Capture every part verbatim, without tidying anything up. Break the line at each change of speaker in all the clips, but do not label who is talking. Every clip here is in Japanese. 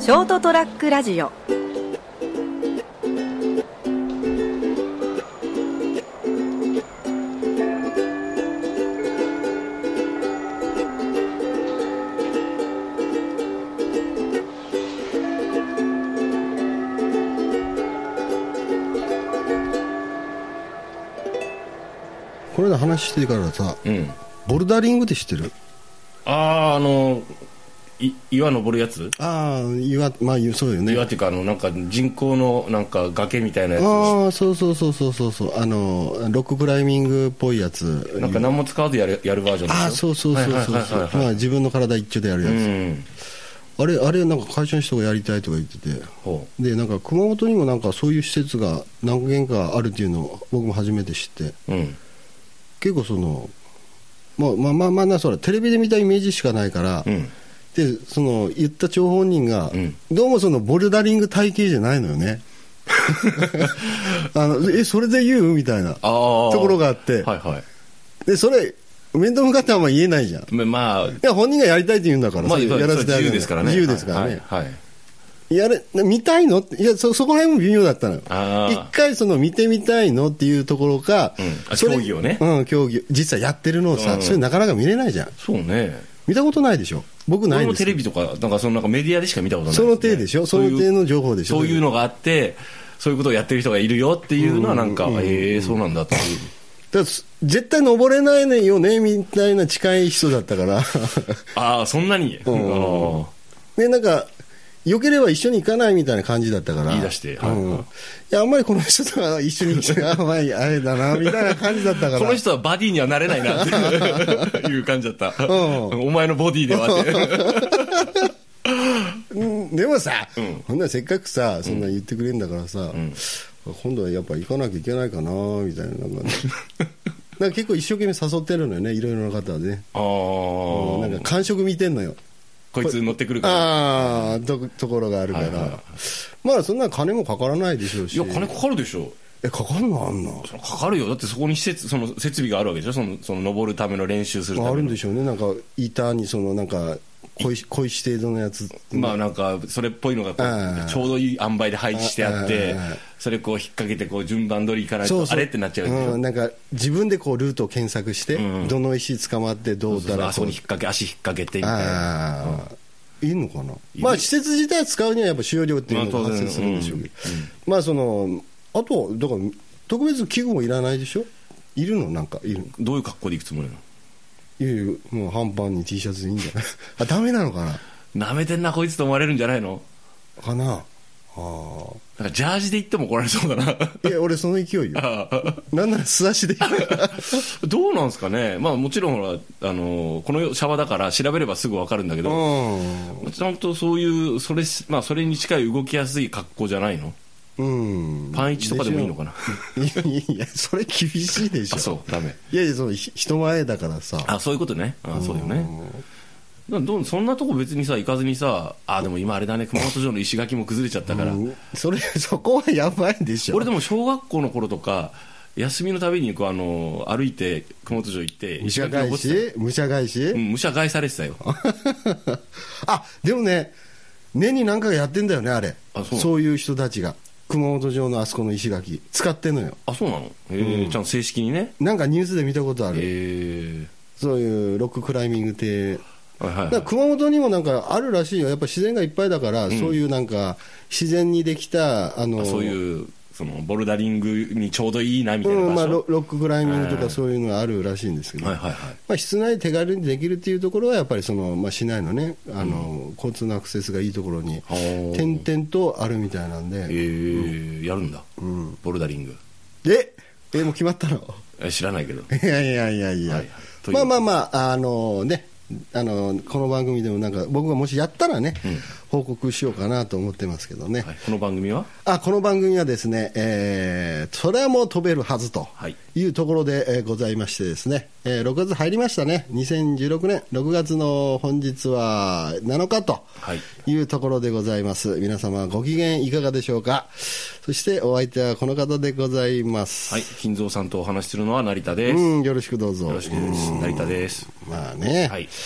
ショートトラックラジオ。
これで話してからさ、うん、ボルダリングって知ってる？
ああ、あのい岩登るやつ？
ああ、岩、まあそうよね。
岩っていうか、あのなんか人工のなんか崖みたいなやつ。
ああ、そうそうそうそうそうそう、あのロッククライミングっぽいやつ。
なんか何も使わずやるやるバージョンでしょ。
ああ、そうそうそうそうそう。まあ自分の体一丁でやるやつ。うん、あれあれなんか会社の人がやりたいとか言ってて、でなんか熊本にもなんかそういう施設が何軒かあるっていうのを僕も初めて知って。うん、結構そのまあまあまあまあな、それテレビで見たイメージしかないから、うん、でその言った張本人が、うん、どうもそのボルダリング体系じゃないのよね。あのえそれで言うみたいなところがあって、はいはい、でそれ面と向かってはあんま言えないじゃん。まあ、いや本人がやりたいって言うんだから、
まあ、
やらせてあげる。
自由ですからね。
自由ですからね。
はいはいはい、
やれ見たいのって、いや そ, そこら辺も微妙だったのよ。一回その見てみたいのっていうところか、
うん、競技をね、
うん、競技実際やってるのをさ、うん、それなかなか見れないじゃん。
そうね、
見たことないでしょ。僕ないんですよ。
俺もテレビとかなんかそのなんかメディアでしか見たことないです、
ね、その手でしょ。その手の情報でしょ。
そういうのがあって、そういうことをやってる人がいるよっていうのはなんか、うんうんうん、ええー、そうなんだっていう。
だ絶対登れないよねみたいな近い人だったから
ああ、そんなに、うん、
でなんかよければ一緒に行かないみたいな感じだったから
言い出して、はい、
うん、いやあんまりこの人とは一緒に行くのがあれだなみたいな感じだったから
この人はバディにはなれないなっていう感じだった、うん、お前のボディではって
うん、でもさ、うん、ほんならせっかくさそんな言ってくれるんだからさ、うん、今度はやっぱ行かなきゃいけないかなみたいな、なんか、ね、なんか結構一生懸命誘ってるのよね、いろいろな方はね。あ、うん、なんか感触見てんのよ、
こいつ乗ってくるから、
ああ と, ところがあるから、はいはいはい、まあそんな金もかからないでしょうし。
いや金かかるでしょ。
えかかるのあんな。
かかるよ。だってそこに施設、その設備があるわけでしょ。その、その登るための練習するための。
あるんでしょうね。なんか板にそのなんか小石、小石程度のやつ、
まあなんかそれっぽいのがこうちょうどいい塩梅で配置してあって、それこう引っ掛けてこう順番通りいかないとそうそうあれってなっちゃうでしょ、
うん、なんか自分でこうルートを検索して、うん、どの石捕まってどうだら
あそこに引っ掛け足引っ掛けてみたいな、
うん、いいのかな。まあ施設自体使うにはやっぱ使用料っていうのが発生するんでしょうけど、まあ、うんうん、まあそのあとだから特別器具もいらないでしょ。いるのなんかいるの。
どういう格好で行くつもりなの。
いやいやもう半パンに T シャツでいいんじゃないあダメなのかな。
なめてんなこいつと思われるんじゃないの
かな。あ
なんかジャージで行っても怒られそうだな。
いや俺その勢いよ。なんなら素足で
どうなんですかね。まあもちろんほらあのこのシャワーだから調べればすぐ分かるんだけど、ちゃんとそういうそれ、まあ、それに近い動きやすい格好じゃないの。うん、パンイチとかでもいいのかな。
いやそれ厳しいでしょ。
あそうダメ。
いやいやその人前だからさ。
あそういうことね。あそうよね。どそんなとこ別にさ行かずにさあでも今あれだね熊本城の石垣も崩れちゃったから、うん、
それそこはやばいでしょ。
俺でも小学校の頃とか休みのたびにこうあの歩いて熊本城行って
武者返し武者返し、
うん、武者返されてたよ
あでもね年に何回かやってんだよねあれ。あ そう, そういう人たちが熊本城のあそこの石垣使ってんのよ。
あそうなの。へえ、うん、ちゃんと正式にね。
なんかニュースで見たことある。へえ。そういうロッククライミング艇、はいはいはい、だから熊本にもなんかあるらしいよ。やっぱ自然がいっぱいだから、うん、そういうなんか自然にできたあの
そういうそのボルダリングにちょうどいいなみたいな場所、
うんまあ、ロ, ロッククライミングとかそういうのがあるらしいんですけど、はいはいはいまあ、室内で手軽にできるっていうところはやっぱりその、まあ、市内のねあの、うん、交通のアクセスがいいところに点々とあるみたいなんで、
えーうん、やるんだ、うん、ボルダリング。
ええもう決まったの。
え知らないけど。
いやいやいやいや、はいはい、まあまあまああのねあのこの番組でもなんか僕がもしやったらね、うん、報告しようかなと思ってますけどね、はい、
この番組は
あこの番組はですね、えー、それはもう飛べるはずというところで、えー、ございましてですね、えー、ろくがつ入りましたね。にせんじゅうろくねんろくがつの本日はなのかというところでございます、はい、皆様ご機嫌いかがでしょうか。そしてお相手はこの方でございます。
はい金蔵さんとお話しするのは成田です。
うんよろしくどうぞ。
よろしくです。成田です。
まあね、
はい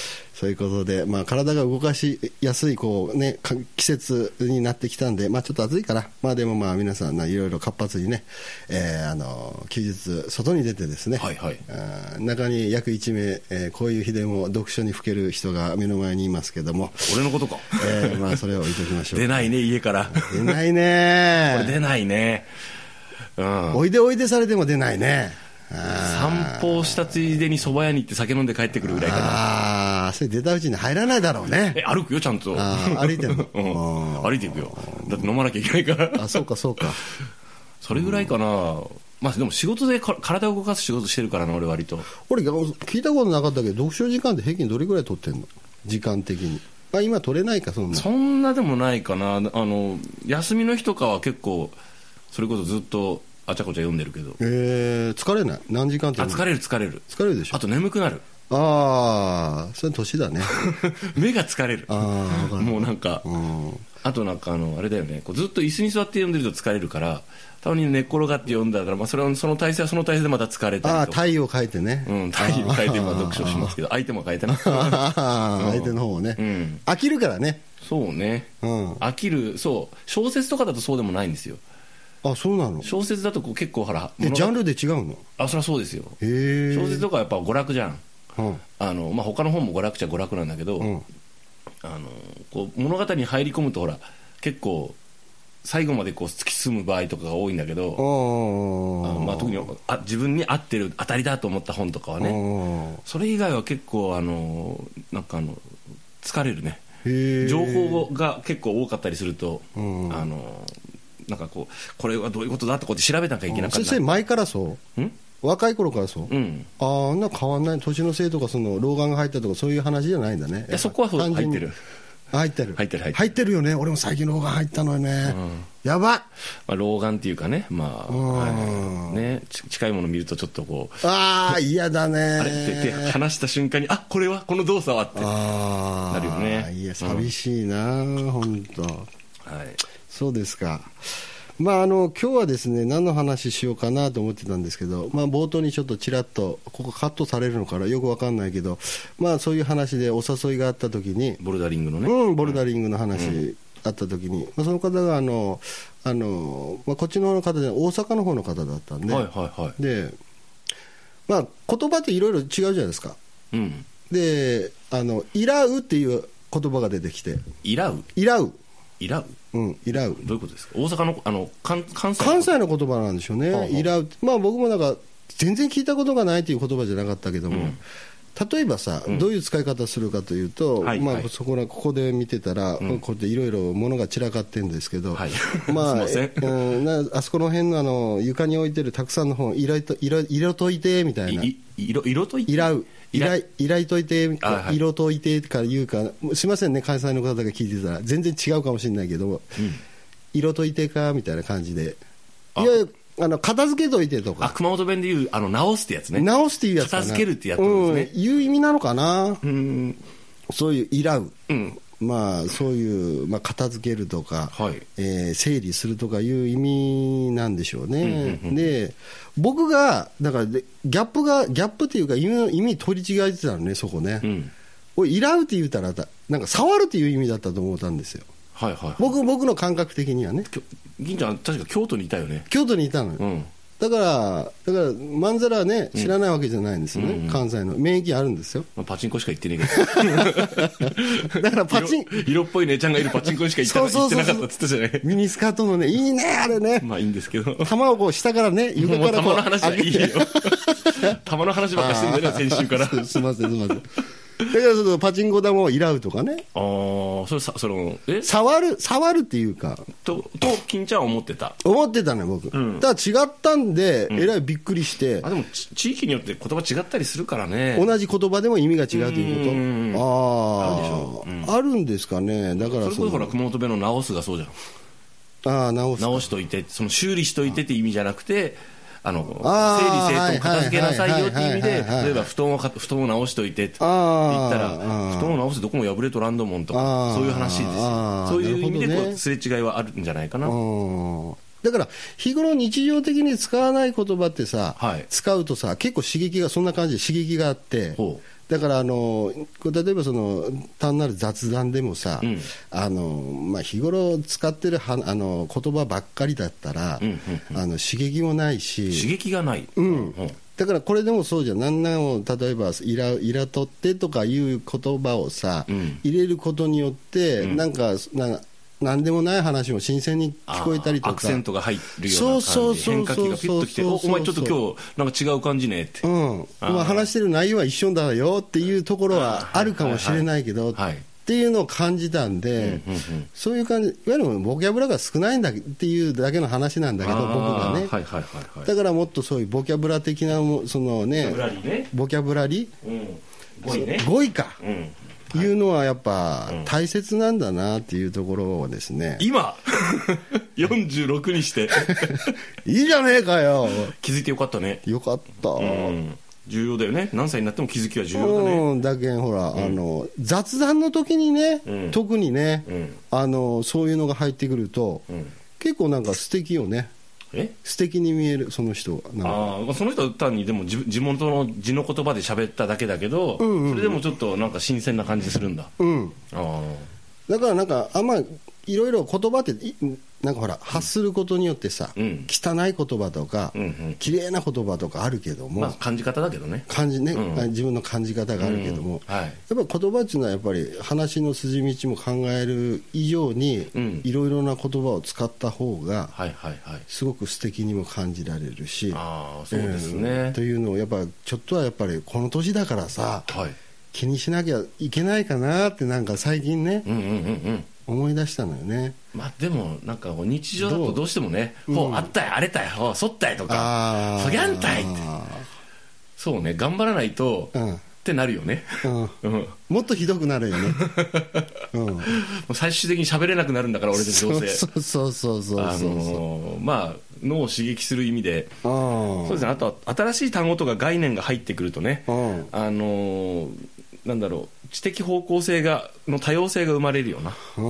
そういうことで、まあ、体が動かしやすいこう、ね、季節になってきたんで、まあ、ちょっと暑いから、まあ、でもまあ皆さんいろいろ活発にね、えー、あの休日外に出てですね、
はいはい、
あ中に約いち名、えー、こういう日でも読書にふける人が目の前にいますけども、
俺のことか、
えーまあ、それは置いときましょう。
出ないね家から
出ないね
これ出ないね、うん、
おいでおいでされても出ないね。
散歩したついでに蕎麦屋に行って酒飲んで帰ってくるぐらいかな。
ああ、それ出たうちに入らないだろうね。
え歩くよちゃんと。
あ歩いてるの、
うん、歩いていくよ。だって飲まなきゃいけないから。
あ、そうかそうか。
それぐらいかな、うん、まあでも仕事でか体を動かす仕事してるからな俺割と。
俺聞いたことなかったけど読書時間って平均どれぐらい取ってんの時間的に。あ今取れないかそんな。
そんなでもないかな。あの休みの日とかは結構それこそずっとあちゃこちゃ読んでるけど。
えー、疲れない何時間って。
あ疲れる疲れる
疲れるでしょ。
あと眠くなる。
ああそれ年だね
目が疲れる。
あ
もうなんか、うん、あとなんかあのあれだよねこうずっと椅子に座って読んでると疲れるからたまに寝っ転がって読んだら、まあ、それはその体勢はその体勢でまた疲れたりとか。
あ体位を変えてね、
うん、体位を変えて今読書しますけど相手も変えてな
相手の方をね、うん、飽きるからね。
そうね、うん、飽きる。そう小説とかだとそうでもないんですよ。
あそうなの。
小説だとこう結構ほら
えジャンルで違うの。
あそりゃそうですよ。
へ
小説とかはやっぱ娯楽じゃん、うん、あのまあ、他の本も娯楽っちゃ娯楽なんだけど、うん、あのこう物語に入り込むとほら結構最後までこう突き進む場合とかが多いんだけど、あまあ、特にあ自分に合ってる当たりだと思った本とかはね。それ以外は結構あのなんかあの疲れるね。情報が結構多かったりすると、うん、あのなんかこうこれはどういうことだってこうやって調べなきゃいけなかった。
先生前からそう。ん若い頃からそう、うん、あああんな変わんない。年のせいとかその老眼が入ったとかそういう話じゃないんだね。
いやそこはそう入ってる
入ってる
入ってる
入ってるよね。俺も最近老眼入ったのよね、うん、やばい、ま
あ、老眼っていうかね、まあ、はいね、近いもの見るとちょっとこう
ああ嫌だね
あれって話した瞬間にあこれはこの動作はってなるよね。
いや寂しいな、うん、本当、はい、そうですか。まあ、あの今日はですね何の話しようかなと思ってたんですけど、まあ、冒頭にちょっとちらっとここカットされるのかなよく分かんないけど、まあ、そういう話でお誘いがあった時に
ボルダリングのね、
うん、ボルダリングの話あった時に、うんまあ、その方があのあの、まあ、こっちの方の方で大阪の方の方だったんで、
はいはいはい、
で、まあ、言葉っていろいろ違うじゃないですか、うん、であのいらうっていう言葉が出てきて
いらう
いらう
いらう
うん、いらう
どういうことですか。大阪のあの 関, 関西の
関西の言葉なんでしょうね、はあはあ、いらう、まあ、僕もなんか全然聞いたことがないという言葉じゃなかったけども、うん、例えばさ、うん、どういう使い方するかというと、はいまあ、そこらここで見てたら、うん、こうやっていろいろ物が散らかってるんですけど、はいまあ、すいません、うん、なあそこの辺の、 あの床に置いてるたくさんの本色と色色といてみたいな
色色といて
いらう依頼、依頼といて、色といてから言うか、すいませんね、関西の方が聞いてたら、全然違うかもしれないけども、うん、色といてかみたいな感じで、いやあの片付けといてとか、
あ熊本弁で言うあの直すってやつね、
直すっていうやつかな、
片付けるってやつですね、
うん、いう意味なのかな、うん、そういう依頼、うんまあ、そういう、まあ、片付けるとか、はいえー、整理するとかいう意味なんでしょうね、うんうんうん、で僕がだからでギャップがギャップっていうか意味、意味取り違えてたのねそこね、うん、俺いらうって言うたらなんか触るっていう意味だったと思ったんですよ、はいはいはい、僕, 僕の感覚的にはね。
銀ちゃん確か京都にいたよね。
京都にいたのよ、うんだからだからまんざらね知らないわけじゃないんですよね、うんうん、関西の免疫あるんですよ、
まあ、パチンコしか行ってねえけど
だからパチン
色, 色っぽい姉ちゃんがいるパチンコしか行ってなかったっつったじゃない。
ミニスカートのねいいねあれね
まあいいんですけど
玉をこう下からね床からこう
玉の話はいいよ玉の話ばっかしてるんだよ先週から
すいませんすいませんだからそのパチンコ玉をいらうとかね。
ああ、それさそのえ
触る触るっていうか
とと金ちゃんは思ってた
思ってたのよ僕、うん、だから違ったんで、うん、えらいびっくりして。
あでも地域によって言葉違ったりするからね。
同じ言葉でも意味が違うということ。ああ
あるでしょ、うん、
あるんですかね。だからそれ
こそほら熊本弁の直すがそうじゃん。
ああ直す
直しといてその修理しといてって意味じゃなくてあの整理整頓片付けなさいよっていう意味で例えば布団を布団を直しといてって言ったら布団を直すどこも破れとらんどもんとかそういう話ですよ。そういう意味でこうすれ違いはあるんじゃないかな。
だから日頃日常的に使わない言葉ってさ、はい、使うとさ結構刺激がそんな感じで刺激があってだからあの例えばその単なる雑談でもさ、うん、あのまあ、日頃使ってるはあの言葉ばっかりだったら、うんうんうん、あの刺激もないし
刺激がない、
うんうん、だからこれでもそうじゃん、なんなんを例えばイライラとってとかいう言葉をさ、うん、入れることによって、うん、なんかななんでもない話も新鮮に聞こえたりとか、
アクセントが入るような感じ、そうそうそうそう、変化球がピッときて、おお前ちょっと今日なんか違う感じねって、
うん、まあ、話してる内容は一緒だよっていうところはあるかもしれないけど、はいはいはい、っていうのを感じたんで、うんうんうん、そういう感じ、いわゆるボキャブラが少ないんだっていうだけの話なんだけど、僕がね、はいはいはいはい、だからもっとそういうボキャブラ的なその、ね、ボキャブラリーね、ボキャブラリー、うん、語彙ね、語彙か、うんいうのはやっぱ大切なんだなっていうところをですね、
うん、今よんじゅうろくにして
いいじゃねえかよ、
気づいてよかったね、
よかった、うん、
重要だよね、何歳になっても気づきは重要だね、
うん、だけんほら、うん、あの雑談の時にね、うん、特にね、うん、あのそういうのが入ってくると、うん、結構なんか素敵よね、え素敵に見える、その人が
ああ、その人は単にでも地元の地の言葉で喋っただけだけど、うんうんうん、それでもちょっとなんか新鮮な感じするんだ、うん、あ
だからなんかあんまいろいろ言葉ってなんかほら発することによってさ、うん、汚い言葉とか、うんうん、綺麗な言葉とかあるけども、
まあ、感じ方だけどね、
感じね、うん、自分の感じ方があるけども、うんはい、やっぱり言葉っていうのはやっぱり話の筋道も考える以上にいろいろな言葉を使った方がすごく素敵にも感じられるし、
あ、そうですね、
うん、というのをやっぱちょっとはやっぱりこの年だからさ、はい、気にしなきゃいけないかなってなんか最近ね、うんうんうんうん思い出したのよね。
まあでもなんか日常だとどうしてもね、ほうあったやあれたやほうそったやとかそぎゃんたいって、そうね、頑張らないと、うん、ってなるよね、
うんうん、もっとひどくなるよね、
うん、もう最終的に喋れなくなるんだから俺たちどうせ、
そうそうそうそうそう、あ
のー、まあ脳を刺激する意味で、そうですね、あとは新しい単語とか概念が入ってくるとね、あのー、なんだろう、知的方向性がの多様性が生まれるよな、うん、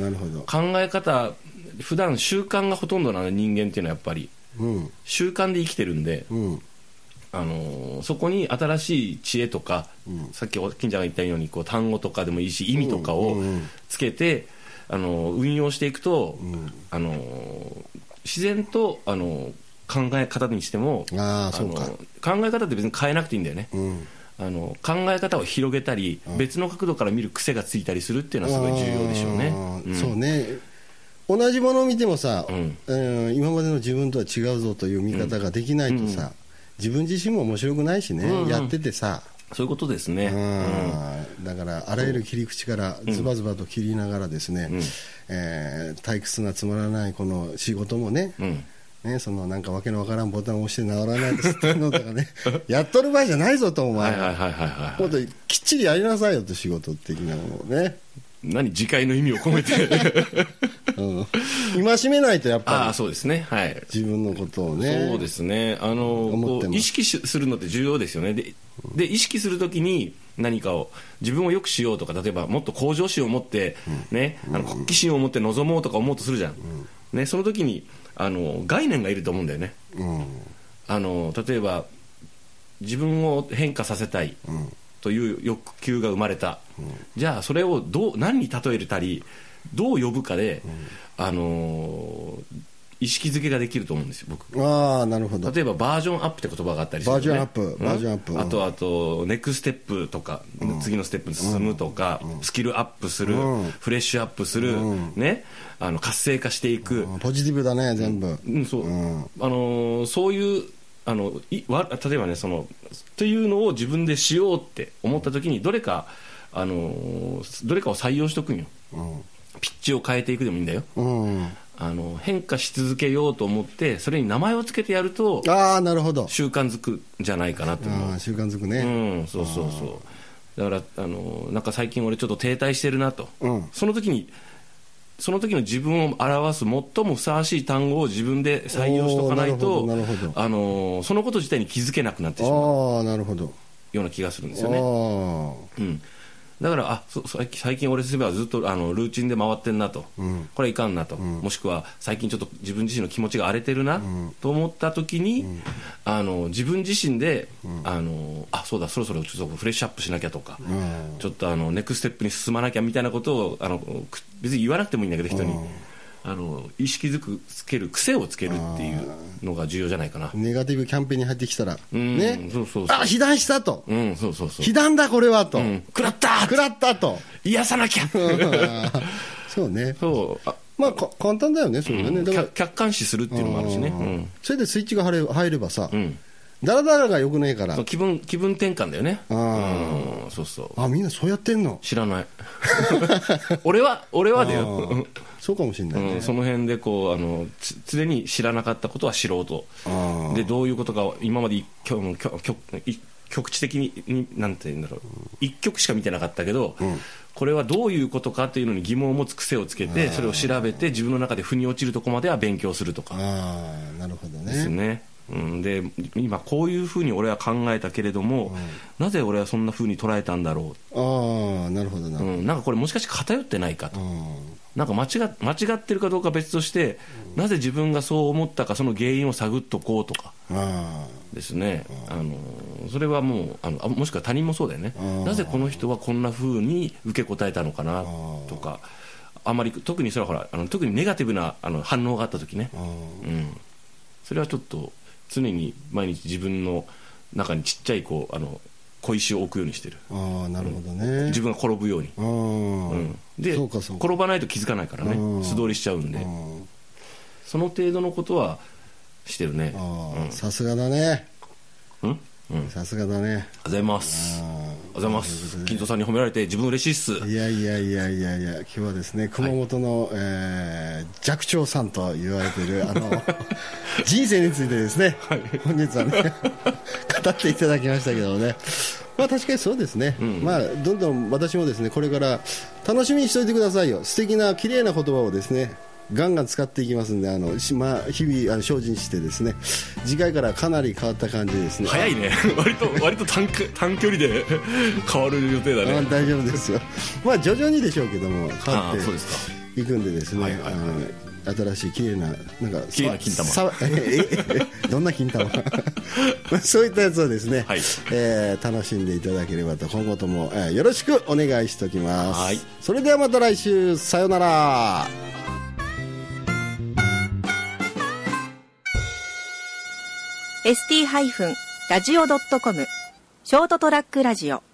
なるほど、考え方、普段習慣がほとんどな人間っていうのはやっぱり、うん、習慣で生きてるんで、うん、あのそこに新しい知恵とか、うん、さっき金ちゃんが言ったようにこう単語とかでもいいし意味とかをつけて、あの運用していくと、うん、あの自然とあの考え方にしても、ああの考え方って別に変えなくていいんだよね、うん、あの考え方を広げたり、うん、別の角度から見る癖がついたりするっていうのはすごい重要でしょうね、
うん、そうね、同じものを見てもさ、うんえー、今までの自分とは違うぞという見方ができないとさ、うん、自分自身も面白くないしね、うんうん、やっててさ、
そういうことですね、
うん、だからあらゆる切り口からズバズバと切りながらですね、うんえー、退屈なつまらないこの仕事もね、うんね、そのなんかわけのわからんボタンを押して治らないですっていうのとかねやっとる場合じゃないぞとお前、はいはいはいはい、もっときっちりやりなさいよと仕事的なものをね、
何次回の意味を込めて、
うん、戒めないとやっぱり、
あ、そうですね、はい、
自分のことをね、
そうですね、あのこう意識するのって重要ですよね。で、で意識するときに何かを自分を良くしようとか、例えばもっと向上心を持って、ね、あの好奇心を持って臨もうとか思うとするじゃん、ね、その時にあの概念がいると思うんだよね、うん、あの例えば自分を変化させたいという欲求が生まれた、うん、じゃあそれをどう何に例えたりどう呼ぶかで、うん、あの意識づけができると思うんですよ僕。
ああ、なるほど。
例えばバージョンアップって言葉があったりする、ね、
バージョンアップ、うん、バージョンアップ、
あとあとネクステップとか、うん、次のステップに進むとか、うん、スキルアップする、うん、フレッシュアップする、うん、ね、あの活性化していく、
うん、ポジティブだね全部、
うん、そう、うん、あのそういうあのいわ例えばね、そのというのを自分でしようって思った時にどれかあのどれかを採用しとくんよ、うん、ピッチを変えていくでもいいんだよ、うん、あの変化し続けようと思ってそれに名前をつけてやると、
ああ、なるほど、
習慣づくんじゃないかなと思う。
あ、習慣づくね、
うん、そうそうそう。だからあのなんか最近俺ちょっと停滞してるなと、うん、その時にその時の自分を表す最もふさわしい単語を自分で採用しとかないと、あのそのこと自体に気づけなくなってしまう、あ、なるほど、ような気がするんですよね。あ、うん、 だからあそ最近俺すればずっとあのルーチンで回ってんなと、うん、これいかんなと、うん、もしくは最近ちょっと自分自身の気持ちが荒れてるな、うん、と思った時に、うん、あの自分自身で、うん、あのあそうだそろそろちょっとフレッシュアップしなきゃとか、うん、ちょっとあのネクステップに進まなきゃみたいなことをあの別に言わなくてもいいんだけど人に、うん、あの意識づくつける癖をつけるっていうのが重要じゃないかな。
ネガティブキャンペーンに入ってきたら、
うん、
ね、
そうそうそう、
あ被弾したと、
うん、そうそうそう、
被弾だこれはと、うん、
食らった
食らったと
癒さなきゃ
そうね、
そうあ
まあか簡単だよねそれがね、うん、だから
客観視するっていうのもあるしね、うん、
それでスイッチが入れ入ればさ、うん、だらだらがよくねえから
気分気分転換だよね。あ、うん、そうそう、
あみんなそうやってんの
知らない俺は俺はだよ
そうかもしれないね、
うん、その辺でこうあの常に知らなかったことは知ろうと、でどういうことか今まで局局地的になんて言うんだろう、一局しか見てなかったけど、うん、これはどういうことかっていうのに疑問を持つ癖をつけてそれを調べて自分の中で腑に落ちるところまでは勉強するとか。
ああ、なるほどね。
ですね。うん、で今こういうふうに俺は考えたけれども、うん、なぜ俺はそんなふうに捉えたんだろう。
ああ、なるほどな、うん、
なんかこれもしかして偏ってないかと、うん、なんか間違、間違ってるかどうか別として、うん、なぜ自分がそう思ったかその原因を探っとこうとかですね、あのそれはもうあのもしくは他人もそうだよね。なぜこの人はこんなふうに受け答えたのかなとか、あまり特にそれはほらあの特にネガティブなあの反応があった時ね、うん、それはちょっと常に毎日自分の中にちっちゃいこうあの小石を置くようにしてる。
ああ、なるほどね、
うん、自分が転ぶように、うん、でそうかそうか、転ばないと気づかないからね、素通りしちゃうんで、その程度のことはしてるね。
さすがだね。
さ
すがだね。ありが
とうございます。ありがとうございます。金蔵さんに褒められて自分嬉しいっす。
いやいやいやいやいや、今日はですね熊本の、はい、えー、寂聴さんと言われているあの人生についてですね、はい、本日はね語っていただきましたけどね、まあ確かにそうですね、うん、まあどんどん私もですねこれから楽しみにしておいてくださいよ。素敵な綺麗な言葉をですねガンガン使っていきますんで、あの、まあ、日々あの精進してですね次回からかなり変わった感じですね。
早いね割と割と 短, 短距離で変わる予定だね。
大丈夫ですよまあ徐々にでしょうけども変わっていくんでですね、はいはいはい、あの新しい綺麗ななんか
綺麗な金玉
さえどんな金玉そういったやつをですね、はい、えー、楽しんでいただければと今後とも、えー、よろしくお願いしておきます。はい、それではまた来週、さよなら。
エスティー ラジオ ドットコム ショートトラックラジオ